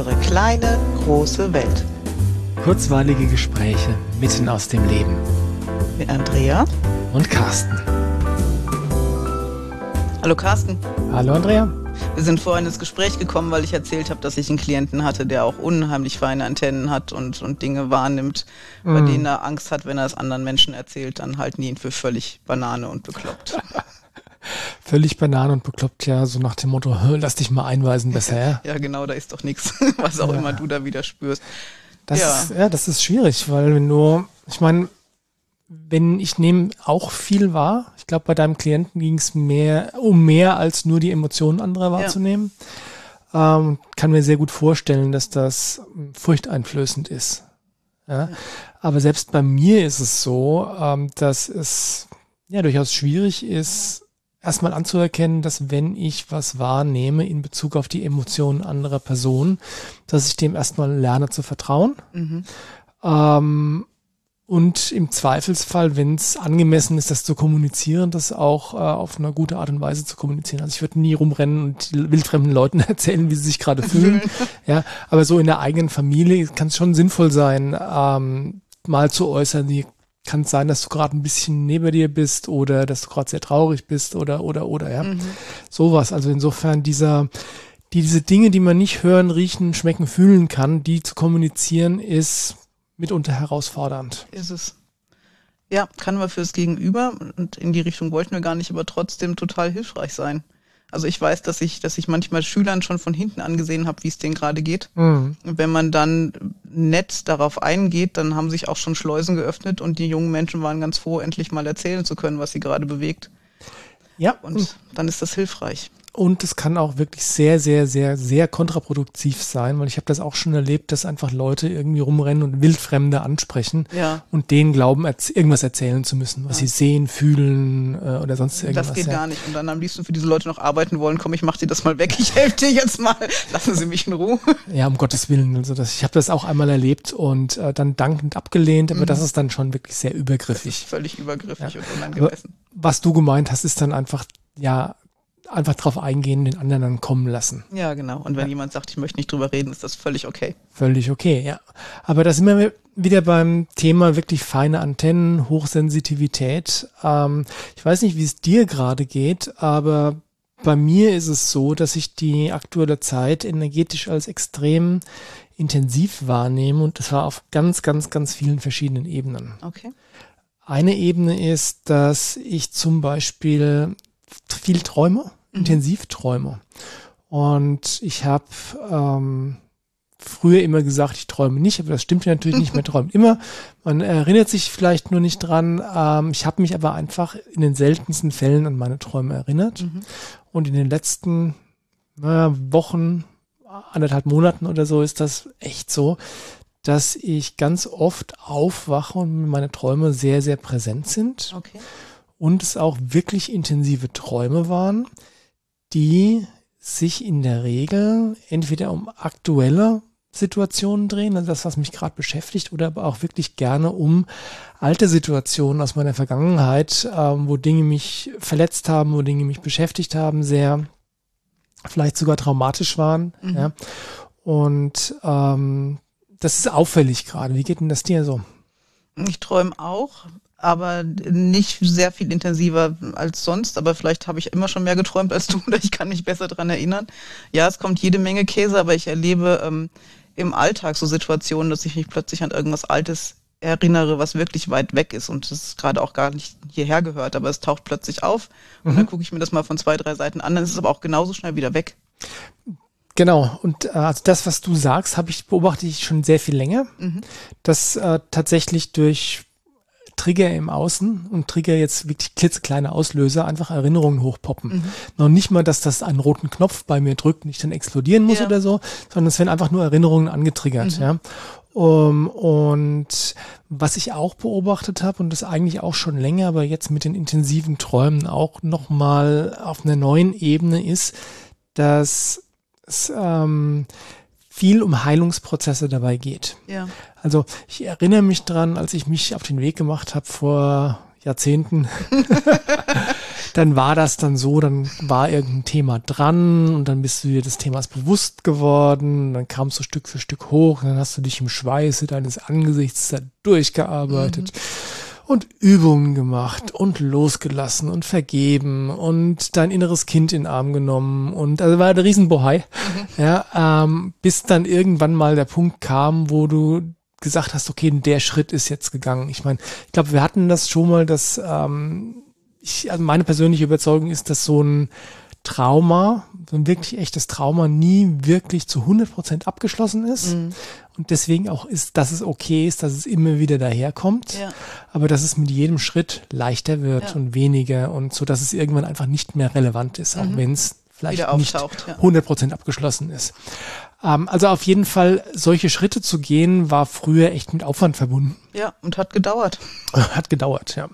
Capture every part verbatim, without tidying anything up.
unsere kleine, große Welt. Kurzweilige Gespräche mitten aus dem Leben. Mit Andrea und Carsten. Hallo Carsten. Hallo Andrea. Wir sind vorhin ins Gespräch gekommen, weil ich erzählt habe, dass ich einen Klienten hatte, der auch unheimlich feine Antennen hat und, und Dinge wahrnimmt, mm. bei denen er Angst hat, wenn er es anderen Menschen erzählt, dann halten die ihn für völlig Banane und bekloppt. Völlig Banane und bekloppt, ja, so nach dem Motto, lass dich mal einweisen besser, ja? Ja, genau, da ist doch nichts, was auch ja. immer du da wieder spürst. Das ja. Ist, ja, das ist schwierig, weil wenn du, ich meine, wenn ich nehme auch viel wahr, ich glaube, bei deinem Klienten ging es mehr um mehr als nur die Emotionen anderer wahrzunehmen. Ja. Ähm, kann mir sehr gut vorstellen, dass das furchteinflößend ist. Ja? Ja. Aber selbst bei mir ist es so, ähm, dass es ja durchaus schwierig ist, erstmal anzuerkennen, dass wenn ich was wahrnehme in Bezug auf die Emotionen anderer Personen, dass ich dem erstmal lerne zu vertrauen. Mhm. Ähm, Und im Zweifelsfall, wenn es angemessen ist, das zu kommunizieren, das auch äh, auf eine gute Art und Weise zu kommunizieren. Also ich würde nie rumrennen und wildfremden Leuten erzählen, wie sie sich gerade fühlen. Ja, aber so in der eigenen Familie kann es schon sinnvoll sein, ähm, mal zu äußern. Die kann es sein, dass du gerade ein bisschen neben dir bist oder dass du gerade sehr traurig bist oder oder oder ja, mhm. sowas. Also insofern dieser die, diese Dinge, die man nicht hören, riechen, schmecken, fühlen kann, die zu kommunizieren, ist mitunter herausfordernd. Ist es. Ja, kann man fürs Gegenüber, und in die Richtung wollten wir gar nicht, aber trotzdem total hilfreich sein. Also ich weiß, dass ich, dass ich manchmal Schülern schon von hinten angesehen habe, wie es denen gerade geht. Mhm. Und wenn man dann nett darauf eingeht, dann haben sich auch schon Schleusen geöffnet und die jungen Menschen waren ganz froh, endlich mal erzählen zu können, was sie gerade bewegt. Ja. Und dann ist das hilfreich. Und es kann auch wirklich sehr, sehr, sehr, sehr kontraproduktiv sein, weil ich habe das auch schon erlebt, dass einfach Leute irgendwie rumrennen und Wildfremde ansprechen ja. und denen glauben, erz- irgendwas erzählen zu müssen, was ja. sie sehen, fühlen äh, oder sonst irgendwas. Das geht ja. gar nicht. Und dann am liebsten für diese Leute noch arbeiten wollen, komm, ich mach dir das mal weg, ich helfe dir jetzt mal, lassen Sie mich in Ruhe. Ja, um Gottes Willen. Also das, ich habe das auch einmal erlebt und äh, dann dankend abgelehnt, aber mhm. das ist dann schon wirklich sehr übergriffig. Das ist völlig übergriffig ja. und unangemessen. Aber was du gemeint hast, ist dann einfach, ja, einfach drauf eingehen, den anderen dann kommen lassen. Ja, genau. Und wenn ja. jemand sagt, ich möchte nicht drüber reden, ist das völlig okay. Völlig okay, ja. Aber da sind wir wieder beim Thema wirklich feine Antennen, Hochsensitivität. Ähm, ich weiß nicht, wie es dir gerade geht, aber bei mir ist es so, dass ich die aktuelle Zeit energetisch als extrem intensiv wahrnehme und das war auf ganz, ganz, ganz vielen verschiedenen Ebenen. Okay. Eine Ebene ist, dass ich zum Beispiel viel träume, mhm. intensiv träume. Und ich habe ähm, früher immer gesagt, ich träume nicht, aber das stimmt ja natürlich nicht, man träumt immer. Man erinnert sich vielleicht nur nicht dran. Ähm, ich habe mich aber einfach in den seltensten Fällen an meine Träume erinnert. Mhm. Und in den letzten naja, Wochen, anderthalb Monaten oder so ist das echt so, dass ich ganz oft aufwache und meine Träume sehr, sehr präsent sind. Okay. Und es auch wirklich intensive Träume waren, die sich in der Regel entweder um aktuelle Situationen drehen, also das, was mich gerade beschäftigt, oder aber auch wirklich gerne um alte Situationen aus meiner Vergangenheit, ähm, wo Dinge mich verletzt haben, wo Dinge mich beschäftigt haben, sehr vielleicht sogar traumatisch waren. Mhm. Ja. Und ähm, das ist auffällig gerade. Wie geht denn das dir so? Ich träume auch, aber nicht sehr viel intensiver als sonst. Aber vielleicht habe ich immer schon mehr geträumt als du oder ich kann mich besser dran erinnern. Ja, es kommt jede Menge Käse, aber ich erlebe ähm, im Alltag so Situationen, dass ich mich plötzlich an irgendwas Altes erinnere, was wirklich weit weg ist und das gerade auch gar nicht hierher gehört, aber es taucht plötzlich auf und mhm. dann gucke ich mir das mal von zwei, drei Seiten an, dann ist es aber auch genauso schnell wieder weg. Genau, und äh, also das, was du sagst, habe ich beobachte ich schon sehr viel länger, mhm. dass äh, tatsächlich durch Trigger im Außen und Trigger jetzt wirklich klitzekleine Auslöser, einfach Erinnerungen hochpoppen. Mhm. Noch nicht mal, dass das einen roten Knopf bei mir drückt und ich dann explodieren muss ja. oder so, sondern es werden einfach nur Erinnerungen angetriggert. Mhm. Ja. Um, und was ich auch beobachtet habe und das eigentlich auch schon länger, aber jetzt mit den intensiven Träumen auch nochmal auf einer neuen Ebene ist, dass es ähm, viel um Heilungsprozesse dabei geht. Ja. Also ich erinnere mich dran, als ich mich auf den Weg gemacht habe vor Jahrzehnten, dann war das dann so, dann war irgendein Thema dran und dann bist du dir des Themas bewusst geworden, dann kamst du Stück für Stück hoch, dann hast du dich im Schweiße deines Angesichts da durchgearbeitet. Mhm. Und Übungen gemacht und losgelassen und vergeben und dein inneres Kind in den Arm genommen und also war der Riesenbohai, mhm. ja, ähm, bis dann irgendwann mal der Punkt kam, wo du gesagt hast, okay, der Schritt ist jetzt gegangen. Ich meine, ich glaube, wir hatten das schon mal, dass ähm, ich, also meine persönliche Überzeugung ist, dass so ein Trauma, so ein wirklich echtes Trauma nie wirklich zu hundert Prozent abgeschlossen ist. Mhm. Und deswegen auch ist, dass es okay ist, dass es immer wieder daherkommt, ja. aber dass es mit jedem Schritt leichter wird ja. und weniger und so, dass es irgendwann einfach nicht mehr relevant ist, auch mhm. wenn es vielleicht nicht ja. hundert Prozent abgeschlossen ist. Ähm, also auf jeden Fall, solche Schritte zu gehen, war früher echt mit Aufwand verbunden. Ja, und hat gedauert. Hat gedauert, ja.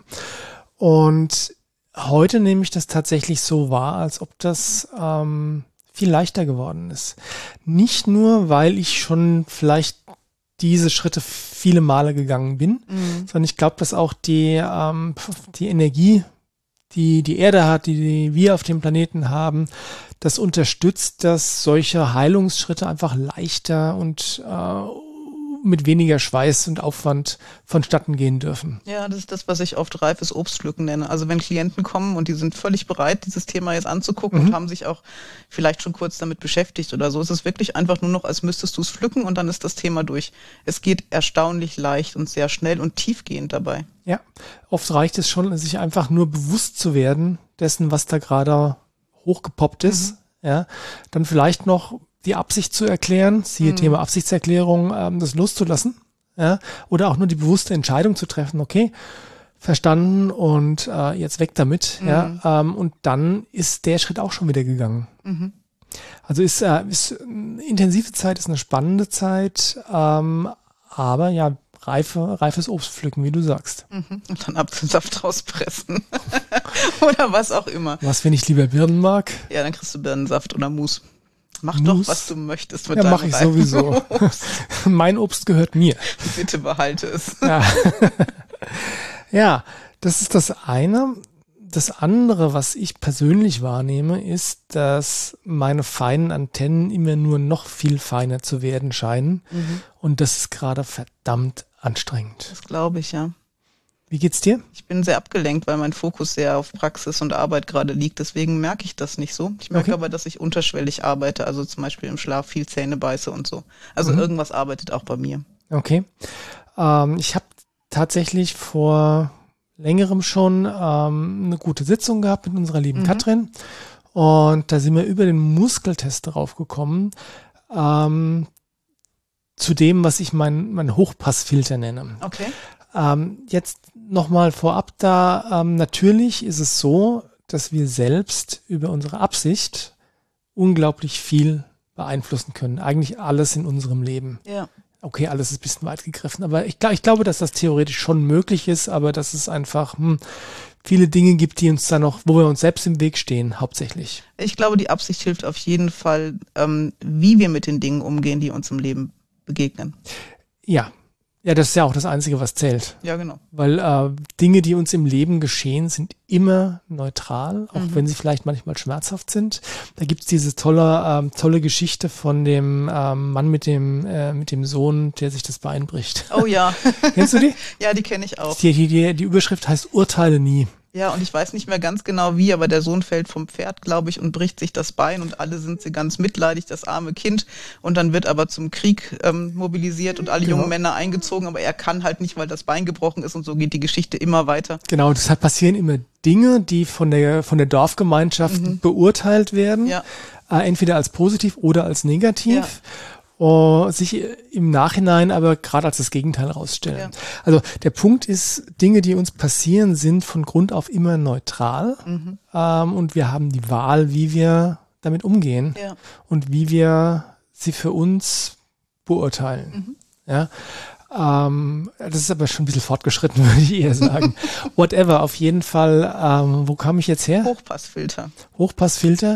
Und heute nehme ich das tatsächlich so wahr, als ob das ähm, viel leichter geworden ist. Nicht nur, weil ich schon vielleicht diese Schritte viele Male gegangen bin, mhm. sondern ich glaube, dass auch die, ähm, die Energie, die die Erde hat, die, die wir auf dem Planeten haben, das unterstützt, dass solche Heilungsschritte einfach leichter und äh, mit weniger Schweiß und Aufwand vonstatten gehen dürfen. Ja, das ist das, was ich oft reifes Obstpflücken nenne. Also wenn Klienten kommen und die sind völlig bereit, dieses Thema jetzt anzugucken mhm. und haben sich auch vielleicht schon kurz damit beschäftigt oder so, ist es wirklich einfach nur noch, als müsstest du es pflücken und dann ist das Thema durch. Es geht erstaunlich leicht und sehr schnell und tiefgehend dabei. Ja, oft reicht es schon, sich einfach nur bewusst zu werden dessen, was da gerade hochgepoppt ist. Mhm. Ja, dann vielleicht noch die Absicht zu erklären, siehe mhm. Thema Absichtserklärung, ähm, das loszulassen, ja, oder auch nur die bewusste Entscheidung zu treffen, okay, verstanden und äh, jetzt weg damit, mhm. ja, ähm, und dann ist der Schritt auch schon wieder gegangen. Mhm. Also ist, äh, ist eine intensive Zeit, ist eine spannende Zeit, ähm, aber ja, reife, reifes Obst pflücken, wie du sagst. Mhm. Und dann Apfelsaft rauspressen oder was auch immer. Was, wenn ich lieber Birnen mag? Ja, dann kriegst du Birnensaft oder Mousse. Mach Mousse. Doch, was du möchtest mit ja, deinem mach ich sowieso. Mein Obst gehört mir. Bitte behalte es. Ja. Ja, das ist das eine. Das andere, was ich persönlich wahrnehme, ist, dass meine feinen Antennen immer nur noch viel feiner zu werden scheinen. Mhm. Und das ist gerade verdammt anstrengend. Das glaube ich, ja. Wie geht's dir? Ich bin sehr abgelenkt, weil mein Fokus sehr auf Praxis und Arbeit gerade liegt. Deswegen merke ich das nicht so. Ich merke okay. aber, dass ich unterschwellig arbeite, also zum Beispiel im Schlaf viel Zähne beiße und so. Also mhm. irgendwas arbeitet auch bei mir. Okay. Ähm, ich habe tatsächlich vor längerem schon ähm, eine gute Sitzung gehabt mit unserer lieben mhm. Katrin. Und da sind wir über den Muskeltest drauf gekommen, ähm, zu dem, was ich mein, mein Hochpassfilter nenne. Okay. Ähm, jetzt nochmal vorab da, ähm, natürlich ist es so, dass wir selbst über unsere Absicht unglaublich viel beeinflussen können. Eigentlich alles in unserem Leben. Ja. Okay, alles ist ein bisschen weit gegriffen, aber ich, ich glaube, dass das theoretisch schon möglich ist, aber dass es einfach hm, viele Dinge gibt, die uns da noch, wo wir uns selbst im Weg stehen, hauptsächlich. Ich glaube, die Absicht hilft auf jeden Fall, ähm, wie wir mit den Dingen umgehen, die uns im Leben begegnen. Ja. Ja, das ist ja auch das Einzige, was zählt. Ja, genau. Weil äh, Dinge, die uns im Leben geschehen, sind immer neutral, auch mhm. wenn sie vielleicht manchmal schmerzhaft sind. Da gibt's diese tolle, ähm, tolle Geschichte von dem ähm, Mann mit dem äh, mit dem Sohn, der sich das Bein bricht. Oh ja. Kennst du die? Ja, die kenne ich auch. Die, die, die, die Überschrift heißt Urteile nie. Ja, und ich weiß nicht mehr ganz genau wie, aber der Sohn fällt vom Pferd, glaube ich, und bricht sich das Bein und alle sind sie ganz mitleidig, das arme Kind. Und dann wird aber zum Krieg ähm, mobilisiert und alle genau. jungen Männer eingezogen, aber er kann halt nicht, weil das Bein gebrochen ist und so geht die Geschichte immer weiter. Genau, deshalb passieren immer Dinge, die von der von der Dorfgemeinschaft mhm. beurteilt werden, ja. äh, entweder als positiv oder als negativ. Ja. Und sich im Nachhinein aber gerade als das Gegenteil herausstellen. Ja. Also der Punkt ist, Dinge, die uns passieren, sind von Grund auf immer neutral. Mhm. Ähm, und wir haben die Wahl, wie wir damit umgehen ja. und wie wir sie für uns beurteilen. Mhm. Ja. Ähm, das ist aber schon ein bisschen fortgeschritten, würde ich eher sagen. Whatever, auf jeden Fall. Ähm, wo kam ich jetzt her? Hochpassfilter. Hochpassfilter.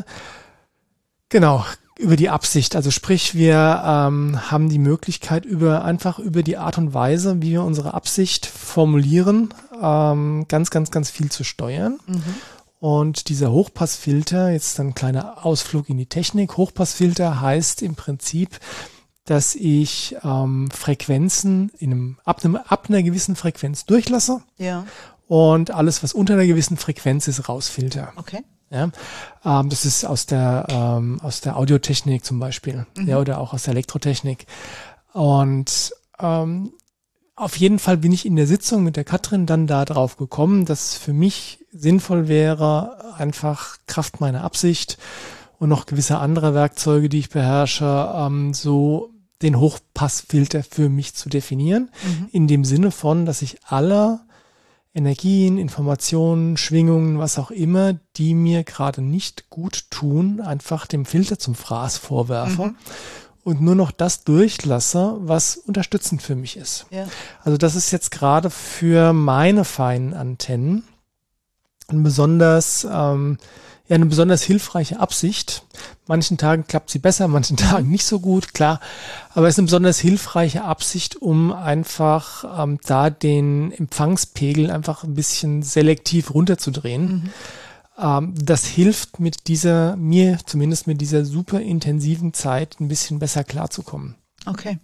Genau. Über die Absicht, also sprich, wir ähm, haben die Möglichkeit, über einfach über die Art und Weise, wie wir unsere Absicht formulieren, ähm, ganz, ganz, ganz viel zu steuern. Mhm. Und dieser Hochpassfilter, jetzt ein kleiner Ausflug in die Technik. Hochpassfilter heißt im Prinzip, dass ich ähm, Frequenzen in einem, ab, einem, ab einer gewissen Frequenz durchlasse. Ja. Und alles, was unter einer gewissen Frequenz ist, rausfilter. Okay. Ja, ähm, das ist aus der, ähm, aus der Audiotechnik zum Beispiel, mhm. ja, oder auch aus der Elektrotechnik. Und ähm, auf jeden Fall bin ich in der Sitzung mit der Katrin dann da drauf gekommen, dass es für mich sinnvoll wäre, einfach Kraft meiner Absicht und noch gewisse andere Werkzeuge, die ich beherrsche, ähm, so den Hochpassfilter für mich zu definieren. Mhm. In dem Sinne von, dass ich alle Energien, Informationen, Schwingungen, was auch immer, die mir gerade nicht gut tun, einfach dem Filter zum Fraß vorwerfe. Mhm. Und nur noch das durchlasse, was unterstützend für mich ist. Ja. Also das ist jetzt gerade für meine feinen Antennen ein besonders, ähm, ja, eine besonders hilfreiche Absicht. Manchen Tagen klappt sie besser, manchen Tagen nicht so gut, klar. Aber es ist eine besonders hilfreiche Absicht, um einfach ähm, da den Empfangspegel einfach ein bisschen selektiv runterzudrehen. Mhm. Das hilft mit dieser, mir zumindest mit dieser super intensiven Zeit ein bisschen besser klarzukommen. Okay.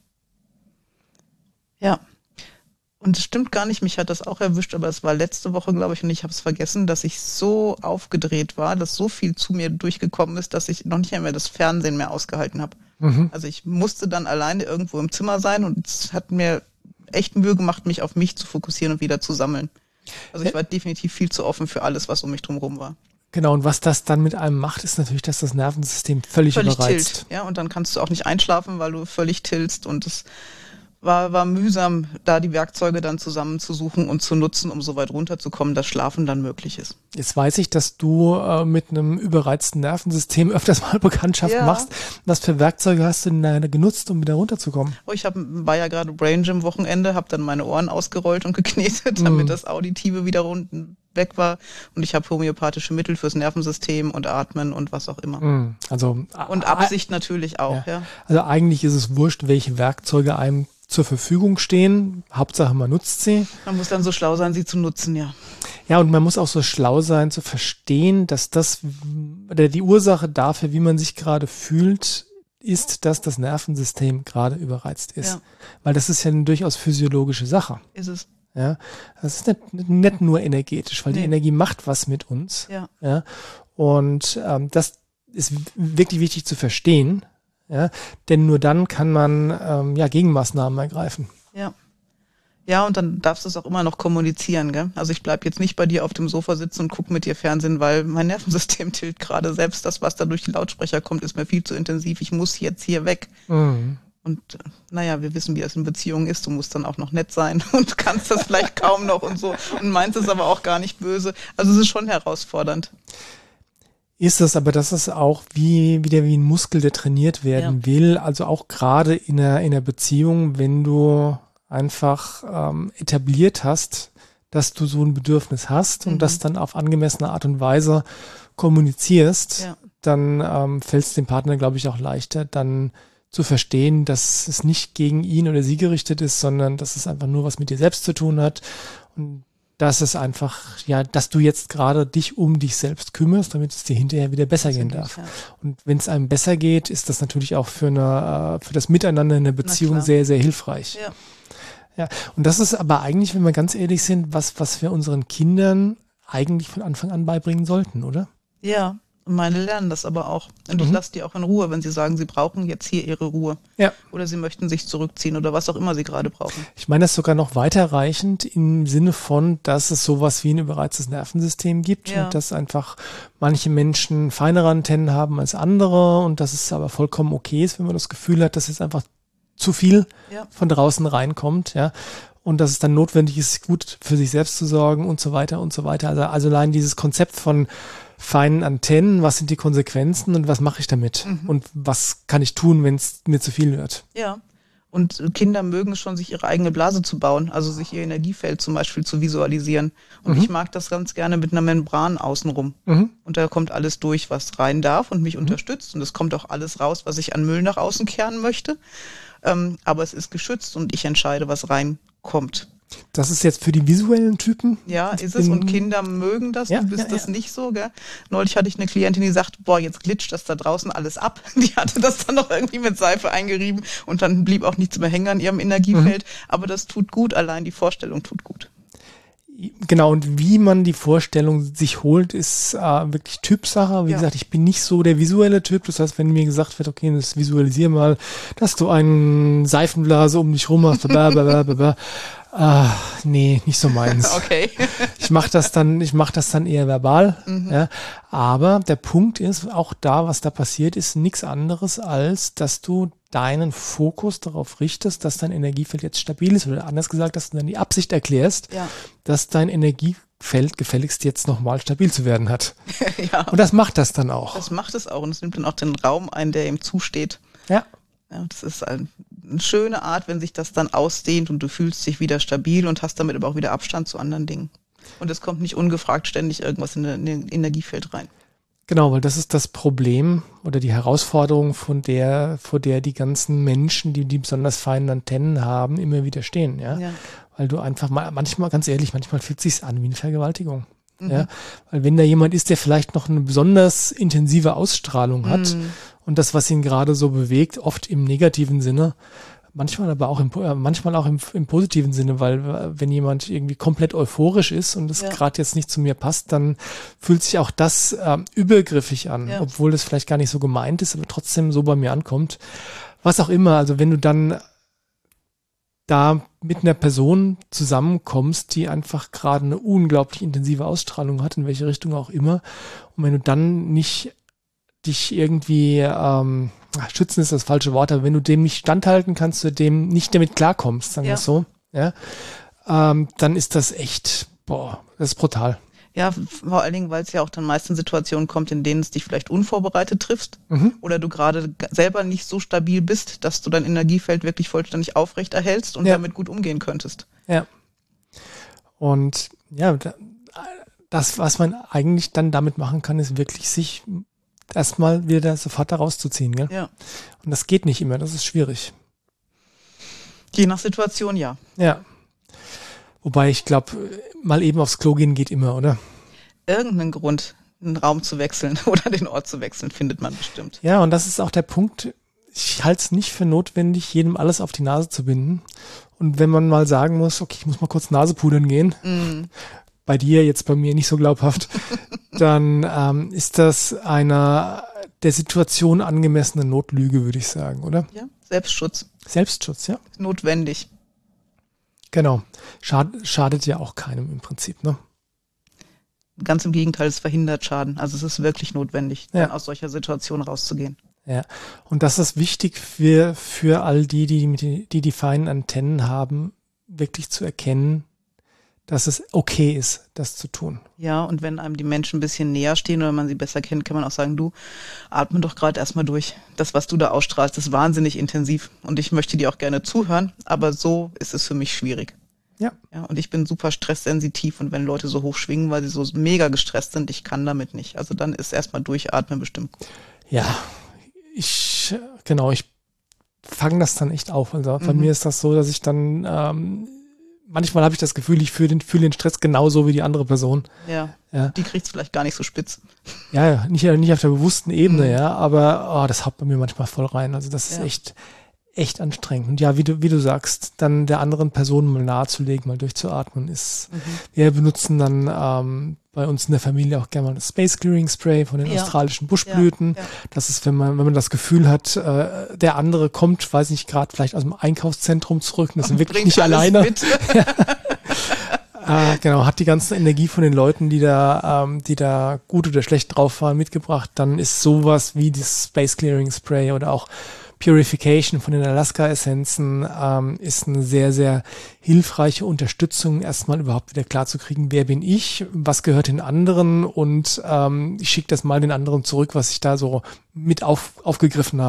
Ja. Und es stimmt gar nicht, mich hat das auch erwischt, aber es war letzte Woche, glaube ich, und ich habe es vergessen, dass ich so aufgedreht war, dass so viel zu mir durchgekommen ist, dass ich noch nicht einmal das Fernsehen mehr ausgehalten habe. Mhm. Also ich musste dann alleine irgendwo im Zimmer sein und es hat mir echt Mühe gemacht, mich auf mich zu fokussieren und wieder zu sammeln. Also ich war definitiv viel zu offen für alles, was um mich drumherum war. Genau, und was das dann mit einem macht, ist natürlich, dass das Nervensystem völlig, völlig überreizt. Tilt, ja, und dann kannst du auch nicht einschlafen, weil du völlig tillst und es war, war mühsam, da die Werkzeuge dann zusammenzusuchen und zu nutzen, um so weit runterzukommen, dass Schlafen dann möglich ist. Jetzt weiß ich, dass du äh, mit einem überreizten Nervensystem öfters mal Bekanntschaft ja. machst. Was für Werkzeuge hast du denn da genutzt, um wieder runterzukommen? Oh, ich hab, war ja gerade Brain Gym Wochenende, habe dann meine Ohren ausgerollt und geknetet, mm. damit das Auditive wieder unten weg war. Und ich habe homöopathische Mittel fürs Nervensystem und Atmen und was auch immer. Mm. Also und Absicht äh, natürlich auch. Ja. Ja. Also eigentlich ist es wurscht, welche Werkzeuge einem zur Verfügung stehen. Hauptsache, man nutzt sie. Man muss dann so schlau sein, sie zu nutzen, ja. Ja, und man muss auch so schlau sein, zu verstehen, dass das, oder die Ursache dafür, wie man sich gerade fühlt, ist, dass das Nervensystem gerade überreizt ist. Ja. Weil das ist ja eine durchaus physiologische Sache. Ist es. Ja, das ist nicht, nicht nur energetisch, weil nee. die Energie macht was mit uns. Ja. Ja, und ähm, das ist wirklich wichtig zu verstehen. Ja, denn nur dann kann man ähm, ja Gegenmaßnahmen ergreifen. Ja. Ja, und dann darfst du es auch immer noch kommunizieren, gell? Also ich bleib jetzt nicht bei dir auf dem Sofa sitzen und guck mit dir Fernsehen, weil mein Nervensystem tilt gerade. Selbst das, was da durch die Lautsprecher kommt, ist mir viel zu intensiv. Ich muss jetzt hier weg. Mhm. Und naja, wir wissen, wie das in Beziehungen ist. Du musst dann auch noch nett sein und kannst das vielleicht kaum noch und so und meinst es aber auch gar nicht böse. Also es ist schon herausfordernd. Ist es, aber das ist auch wie wieder wie ein Muskel, der trainiert werden ja. will. Also auch gerade in einer, in einer Beziehung, wenn du einfach ähm, etabliert hast, dass du so ein Bedürfnis hast mhm. und das dann auf angemessene Art und Weise kommunizierst, ja. dann ähm, fällt es dem Partner, glaube ich, auch leichter, dann zu verstehen, dass es nicht gegen ihn oder sie gerichtet ist, sondern dass es einfach nur was mit dir selbst zu tun hat und dass es einfach, ja, dass du jetzt gerade dich um dich selbst kümmerst, damit es dir hinterher wieder besser das gehen darf. Ja. Und wenn es einem besser geht, ist das natürlich auch für eine, für das Miteinander in der Beziehung sehr, sehr hilfreich. Ja. Ja. Und das ist aber eigentlich, wenn wir ganz ehrlich sind, was, was wir unseren Kindern eigentlich von Anfang an beibringen sollten, oder? Ja. Und meine lernen das aber auch. Und ich mhm. lasse die auch in Ruhe, wenn sie sagen, sie brauchen jetzt hier ihre Ruhe. Ja. Oder sie möchten sich zurückziehen oder was auch immer sie gerade brauchen. Ich meine das sogar noch weiterreichend im Sinne von, dass es sowas wie ein überreiztes Nervensystem gibt ja. und dass einfach manche Menschen feinere Antennen haben als andere und dass es aber vollkommen okay ist, wenn man das Gefühl hat, dass jetzt einfach zu viel ja. von draußen reinkommt, ja. Und dass es dann notwendig ist, gut für sich selbst zu sorgen und so weiter und so weiter. Also, also allein dieses Konzept von feinen Antennen, was sind die Konsequenzen und was mache ich damit? Mhm. Und was kann ich tun, wenn es mir zu viel wird? Ja, und Kinder mögen es schon, sich ihre eigene Blase zu bauen, also sich ihr Energiefeld zum Beispiel zu visualisieren. Und mhm. ich mag das ganz gerne mit einer Membran außenrum. Mhm. Und da kommt alles durch, was rein darf und mich mhm. unterstützt. Und es kommt auch alles raus, was ich an Müll nach außen kehren möchte. Ähm, aber es ist geschützt und ich entscheide, was reinkommt. Das ist jetzt für die visuellen Typen. Ja, ist es. Und Kinder mögen das. Ja, du bist ja, das ja. nicht so, gell? Neulich hatte ich eine Klientin, die sagt, boah, jetzt glitscht das da draußen alles ab. Die hatte das dann noch irgendwie mit Seife eingerieben und dann blieb auch nichts mehr hängen an ihrem Energiefeld. Mhm. Aber das tut gut, allein die Vorstellung tut gut. Genau, und wie man die Vorstellung sich holt, ist äh, wirklich Typsache. Wie ja. gesagt, ich bin nicht so der visuelle Typ. Das heißt, wenn mir gesagt wird, okay, das visualisier mal, dass du einen Seifenblase um dich rum hast, blablabla. Ah, nee, nicht so meins. Okay. Ich mache das dann, ich mache das dann eher verbal. Mhm. Ja. Aber der Punkt ist, auch da, was da passiert, ist nichts anderes, als dass du deinen Fokus darauf richtest, dass dein Energiefeld jetzt stabil ist. Oder anders gesagt, dass du dann die Absicht erklärst, ja. dass dein Energiefeld gefälligst jetzt nochmal stabil zu werden hat. Ja. Und das macht das dann auch. Das macht es auch. Und es nimmt dann auch den Raum ein, der ihm zusteht. Ja. Ja, das ist ein, eine schöne Art, wenn sich das dann ausdehnt und du fühlst dich wieder stabil und hast damit aber auch wieder Abstand zu anderen Dingen. Und es kommt nicht ungefragt ständig irgendwas in ein Energiefeld rein. Genau, weil das ist das Problem oder die Herausforderung, von der, vor der die ganzen Menschen, die die besonders feinen Antennen haben, immer wieder stehen. Ja? Ja. Weil du einfach mal, manchmal, ganz ehrlich, manchmal fühlt es sich an wie eine Vergewaltigung. Mhm. Ja? Weil wenn da jemand ist, der vielleicht noch eine besonders intensive Ausstrahlung hat, mhm. und das, was ihn gerade so bewegt, oft im negativen Sinne, manchmal aber auch im, manchmal auch im, im positiven Sinne, weil wenn jemand irgendwie komplett euphorisch ist und es ja. gerade jetzt nicht zu mir passt, dann fühlt sich auch das äh, übergriffig an, ja. obwohl das vielleicht gar nicht so gemeint ist, aber trotzdem so bei mir ankommt. Was auch immer, also wenn du dann da mit einer Person zusammenkommst, die einfach gerade eine unglaublich intensive Ausstrahlung hat, in welche Richtung auch immer, und wenn du dann nicht dich irgendwie, ähm, schützen ist das falsche Wort, aber wenn du dem nicht standhalten kannst, du dem nicht damit klarkommst, sagen wir ja. es so, ja, ähm, dann ist das echt, boah, das ist brutal. Ja, vor allen Dingen, weil es ja auch dann meist in Situationen kommt, in denen es dich vielleicht unvorbereitet triffst mhm. oder du gerade selber nicht so stabil bist, dass du dein Energiefeld wirklich vollständig aufrecht erhältst und ja. damit gut umgehen könntest. Ja. Und ja, das, was man eigentlich dann damit machen kann, ist wirklich sich erstmal wieder sofort da rauszuziehen. Gell? Ja. Und das geht nicht immer, das ist schwierig. Je nach Situation, ja. Ja. Wobei ich glaube, mal eben aufs Klo gehen geht immer, oder? Irgendeinen Grund, einen Raum zu wechseln oder den Ort zu wechseln, findet man bestimmt. Ja, und das ist auch der Punkt. Ich halte es nicht für notwendig, jedem alles auf die Nase zu binden. Und wenn man mal sagen muss, okay, ich muss mal kurz Nase pudern gehen, mm. bei dir, jetzt bei mir nicht so glaubhaft, dann ähm, ist das einer der Situation angemessene Notlüge, würde ich sagen, oder? Ja, Selbstschutz. Selbstschutz, ja. Notwendig. Genau. Schad, schadet ja auch keinem im Prinzip, ne? Ganz im Gegenteil, es verhindert Schaden. Also es ist wirklich notwendig, ja. dann aus solcher Situation rauszugehen. Ja, und das ist wichtig für, für all die, die die, die die feinen Antennen haben, wirklich zu erkennen, dass es okay ist, das zu tun. Ja, und wenn einem die Menschen ein bisschen näher stehen oder man sie besser kennt, kann man auch sagen, du, atme doch gerade erstmal durch. Das, was du da ausstrahlst, ist wahnsinnig intensiv und ich möchte dir auch gerne zuhören, aber so ist es für mich schwierig. Ja. Ja, und ich bin super stresssensitiv und wenn Leute so hoch schwingen, weil sie so mega gestresst sind, ich kann damit nicht. Also dann ist erstmal durchatmen bestimmt gut. Ja, ich, genau, ich fange das dann echt auf. Also bei mhm. mir ist das so, dass ich dann ähm, manchmal habe ich das Gefühl, ich fühle den, fühle den Stress genauso wie die andere Person. Ja, ja. Die kriegt es vielleicht gar nicht so spitz. Ja, ja, nicht, nicht auf der bewussten Ebene, mhm. ja, aber oh, das haut bei mir manchmal voll rein. Also das ist ja. echt, echt anstrengend. Und ja, wie du, wie du sagst, dann der anderen Person mal nahezulegen, mal durchzuatmen, ist, mhm. wir benutzen dann ähm, bei uns in der Familie auch gerne mal das Space Clearing Spray von den ja. australischen Buschblüten. Ja, ja. Das ist, wenn man, wenn man das Gefühl hat, äh, der andere kommt, weiß nicht, gerade vielleicht aus dem Einkaufszentrum zurück und das sind wirklich nicht alleine. äh, genau, hat die ganze Energie von den Leuten, die da, ähm, die da gut oder schlecht drauf waren, mitgebracht. Dann ist sowas wie das Space Clearing Spray oder auch Purification von den Alaska-Essenzen ähm, ist eine sehr, sehr hilfreiche Unterstützung, erstmal überhaupt wieder klar zu kriegen, wer bin ich, was gehört den anderen und ähm, ich schicke das mal den anderen zurück, was ich da so mit auf, aufgegriffen habe.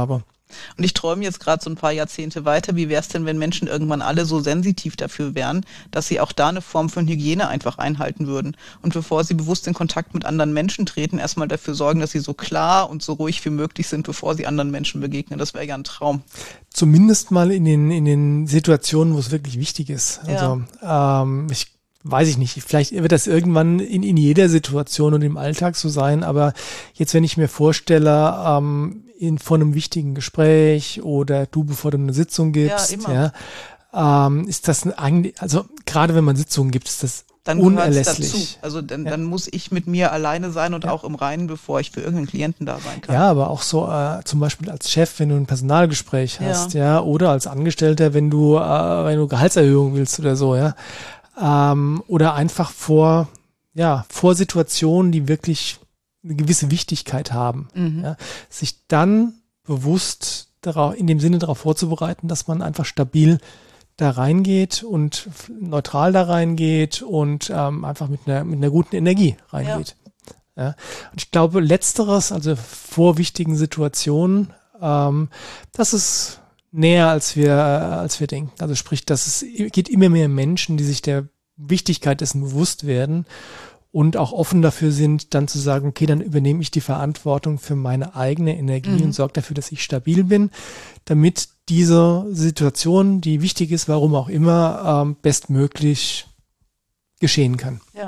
Und ich träume jetzt gerade so ein paar Jahrzehnte weiter. Wie wäre es denn, wenn Menschen irgendwann alle so sensitiv dafür wären, dass sie auch da eine Form von Hygiene einfach einhalten würden? Und bevor sie bewusst in Kontakt mit anderen Menschen treten, erstmal dafür sorgen, dass sie so klar und so ruhig wie möglich sind, bevor sie anderen Menschen begegnen. Das wäre ja ein Traum. Zumindest mal in den, in den Situationen, wo es wirklich wichtig ist. Also Ja. ähm, ich weiß ich nicht, vielleicht wird das irgendwann in, in jeder Situation und im Alltag so sein, aber jetzt, wenn ich mir vorstelle, ähm, in, vor einem wichtigen Gespräch oder du, bevor du eine Sitzung gibst, Ja, immer. ja, ähm, ist das eigentlich, also gerade wenn man Sitzungen gibt, ist das Dann gehört's unerlässlich. dazu. Also dann, Ja. dann muss ich mit mir alleine sein und Ja. auch im Reinen, bevor ich für irgendeinen Klienten da sein kann. Ja, aber auch so äh, zum Beispiel als Chef, wenn du ein Personalgespräch hast, ja, oder als Angestellter, wenn du, äh, wenn du Gehaltserhöhung willst oder so, ja. Ähm, oder einfach vor, ja, vor Situationen, die wirklich eine gewisse Wichtigkeit haben. Mhm. Ja, sich dann bewusst darauf, in dem Sinne darauf vorzubereiten, dass man einfach stabil da reingeht und neutral da reingeht und ähm, einfach mit einer, mit einer guten Energie reingeht. Ja. Ja. Und ich glaube, letzteres, also vor wichtigen Situationen, ähm, das ist näher, als wir, als wir denken. Also sprich, dass es geht immer mehr Menschen, die sich der Wichtigkeit dessen bewusst werden und auch offen dafür sind, dann zu sagen, okay, dann übernehme ich die Verantwortung für meine eigene Energie Mhm. und sorge dafür, dass ich stabil bin, damit diese Situation, die wichtig ist, warum auch immer, ähm, bestmöglich geschehen kann. Ja.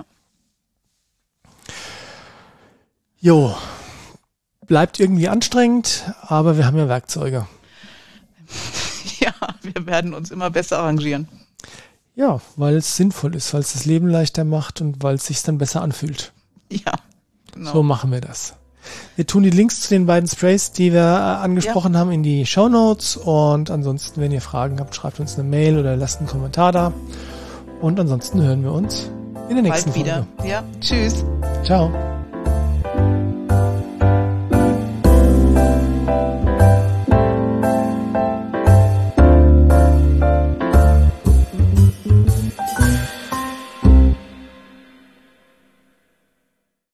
Jo, bleibt irgendwie anstrengend, aber wir haben ja Werkzeuge. Ja, wir werden uns immer besser arrangieren. Ja, weil es sinnvoll ist, weil es das Leben leichter macht und weil es sich dann besser anfühlt. Ja, genau. So machen wir das. Wir tun die Links zu den beiden Sprays, die wir äh, angesprochen Ja. haben, in die Shownotes. Und ansonsten, wenn ihr Fragen habt, schreibt uns eine Mail oder lasst einen Kommentar da. Und ansonsten hören wir uns in der nächsten Bald wieder. Folge. Ja, tschüss. Ciao.